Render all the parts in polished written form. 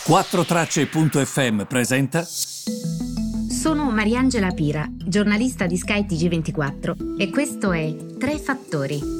4Tracce.fm presenta. Sono Mariangela Pira, giornalista di Sky TG24 e questo è Tre Fattori.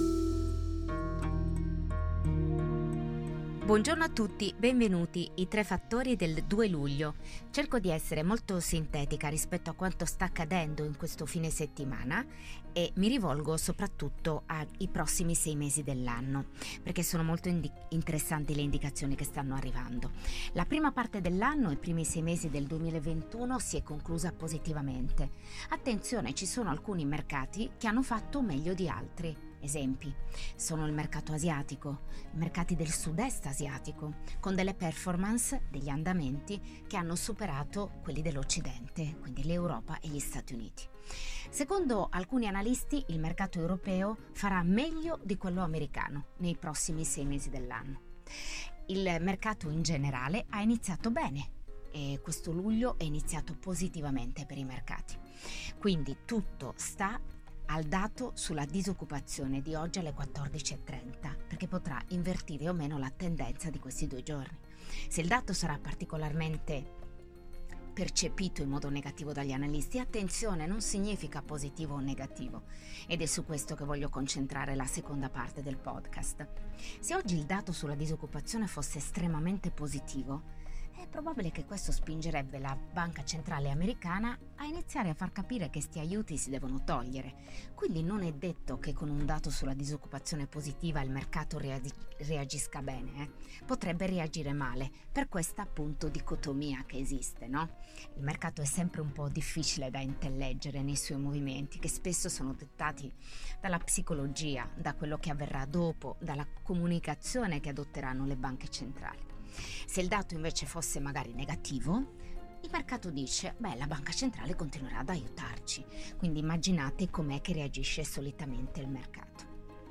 Buongiorno a tutti, benvenuti ai Tre Fattori del 2 luglio. Cerco di essere molto sintetica rispetto a quanto sta accadendo in questo fine settimana e mi rivolgo soprattutto ai prossimi 6 mesi dell'anno, perché sono molto interessanti le indicazioni che stanno arrivando. La prima parte dell'anno, i primi 6 mesi del 2021, si è conclusa positivamente. Attenzione, ci sono alcuni mercati che hanno fatto meglio di altri. Esempi sono il mercato asiatico, i mercati del sud-est asiatico, con delle performance, degli andamenti che hanno superato quelli dell'Occidente, quindi l'Europa e gli Stati Uniti. Secondo alcuni analisti, il mercato europeo farà meglio di quello americano nei prossimi 6 mesi dell'anno. Il mercato in generale ha iniziato bene e questo luglio è iniziato positivamente per i mercati. Quindi tutto sta al dato sulla disoccupazione di oggi alle 14.30, perché potrà invertire o meno la tendenza di questi 2 giorni. Se il dato sarà particolarmente percepito in modo negativo dagli analisti, attenzione, non significa positivo o negativo, ed è su questo che voglio concentrare la seconda parte del podcast. Se oggi il dato sulla disoccupazione fosse estremamente positivo, è probabile che questo spingerebbe la Banca Centrale Americana a iniziare a far capire che sti aiuti si devono togliere. Quindi non è detto che con un dato sulla disoccupazione positiva il mercato reagisca bene. Potrebbe reagire male per questa appunto dicotomia che esiste, no? Il mercato è sempre un po' difficile da intelleggere nei suoi movimenti, che spesso sono dettati dalla psicologia, da quello che avverrà dopo, dalla comunicazione che adotteranno le banche centrali. Se il dato invece fosse magari negativo, il mercato dice, la banca centrale continuerà ad aiutarci. Quindi immaginate com'è che reagisce solitamente il mercato.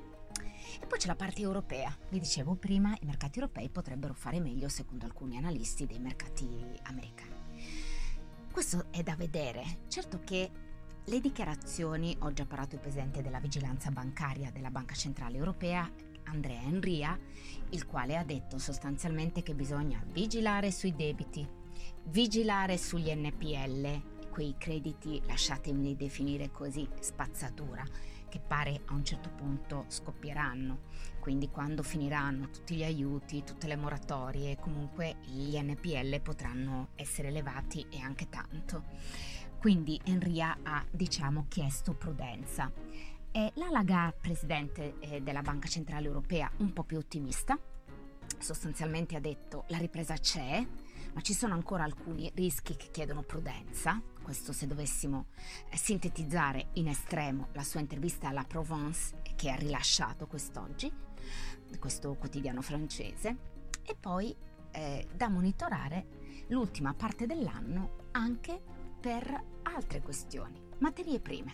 E poi c'è la parte europea. Vi dicevo prima, i mercati europei potrebbero fare meglio secondo alcuni analisti dei mercati americani. Questo è da vedere. Certo che le dichiarazioni, oggi ha parlato il presidente della vigilanza bancaria della Banca Centrale Europea, Andrea Enria, il quale ha detto sostanzialmente che bisogna vigilare sui debiti, vigilare sugli NPL, quei crediti, lasciatemi definire così, spazzatura, che pare a un certo punto scoppieranno. Quindi quando finiranno tutti gli aiuti, tutte le moratorie, comunque gli NPL potranno essere elevati e anche tanto. Quindi Enria ha, chiesto prudenza. La Lagarde, presidente della Banca Centrale Europea, un po' più ottimista, sostanzialmente ha detto la ripresa c'è, ma ci sono ancora alcuni rischi che chiedono prudenza. Questo se dovessimo sintetizzare in estremo la sua intervista alla Provence che ha rilasciato quest'oggi, questo quotidiano francese, e poi da monitorare l'ultima parte dell'anno anche per altre questioni. Materie prime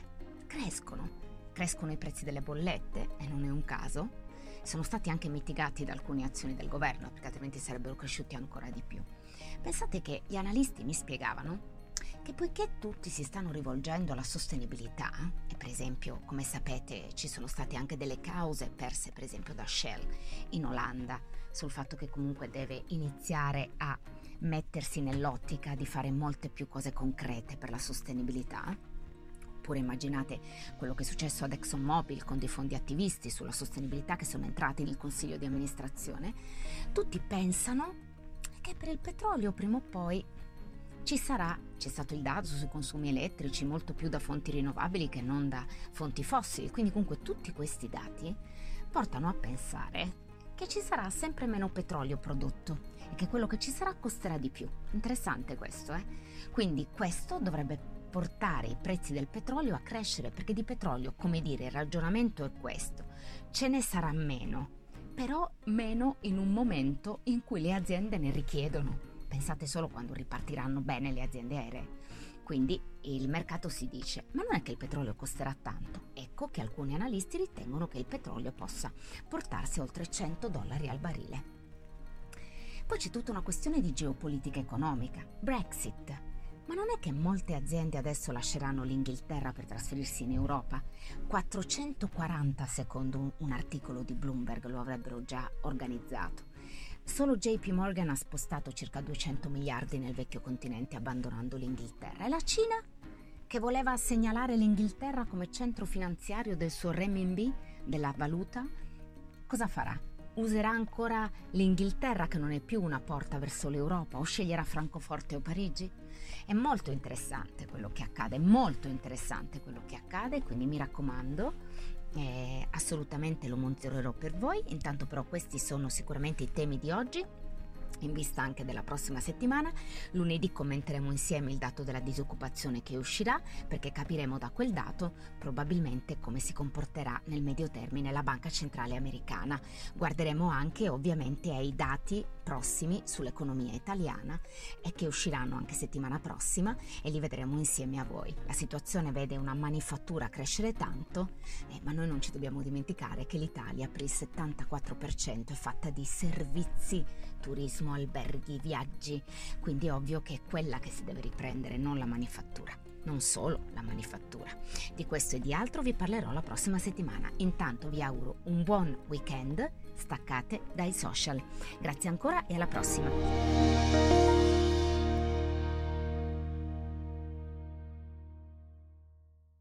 crescono i prezzi delle bollette e non è un caso, sono stati anche mitigati da alcune azioni del governo perché altrimenti sarebbero cresciuti ancora di più. Pensate che gli analisti mi spiegavano che poiché tutti si stanno rivolgendo alla sostenibilità e per esempio come sapete ci sono state anche delle cause perse per esempio da Shell in Olanda sul fatto che comunque deve iniziare a mettersi nell'ottica di fare molte più cose concrete per la sostenibilità. Oppure immaginate quello che è successo ad ExxonMobil con dei fondi attivisti sulla sostenibilità che sono entrati nel consiglio di amministrazione. Tutti pensano che per il petrolio prima o poi c'è stato il dato sui consumi elettrici molto più da fonti rinnovabili che non da fonti fossili, quindi comunque tutti questi dati portano a pensare che ci sarà sempre meno petrolio prodotto e che quello che ci sarà costerà di più. Interessante questo, Quindi questo dovrebbe portare i prezzi del petrolio a crescere, perché di petrolio, come dire, il ragionamento è questo: ce ne sarà meno, però meno in un momento in cui le aziende ne richiedono. Pensate solo quando ripartiranno bene le aziende aeree. Quindi il mercato si dice, ma non è che il petrolio costerà tanto. Ecco che alcuni analisti ritengono che il petrolio possa portarsi oltre $100 al barile. Poi c'è tutta una questione di geopolitica economica, Brexit. Ma non è che molte aziende adesso lasceranno l'Inghilterra per trasferirsi in Europa? 440 secondo un articolo di Bloomberg lo avrebbero già organizzato. Solo JP Morgan ha spostato circa 200 miliardi nel vecchio continente abbandonando l'Inghilterra. E la Cina, che voleva segnalare l'Inghilterra come centro finanziario del suo renminbi, della valuta, cosa farà? Userà ancora l'Inghilterra, che non è più una porta verso l'Europa, o sceglierà Francoforte o Parigi? È molto interessante quello che accade, quindi mi raccomando, assolutamente lo monitorerò per voi. Intanto però questi sono sicuramente i temi di oggi, in vista anche della prossima settimana. Lunedì commenteremo insieme il dato della disoccupazione che uscirà, perché capiremo da quel dato probabilmente come si comporterà nel medio termine la Banca Centrale Americana. Guarderemo anche ovviamente ai dati prossimi sull'economia italiana e che usciranno anche settimana prossima, e li vedremo insieme a voi. La situazione vede una manifattura crescere tanto, ma noi non ci dobbiamo dimenticare che l'Italia per il 74% è fatta di servizi, turismo, alberghi, viaggi, quindi è ovvio che è quella che si deve riprendere, non la manifattura. Non solo la manifattura. Di questo e di altro vi parlerò la prossima settimana. Intanto vi auguro un buon weekend, staccate dai social. Grazie ancora e alla prossima.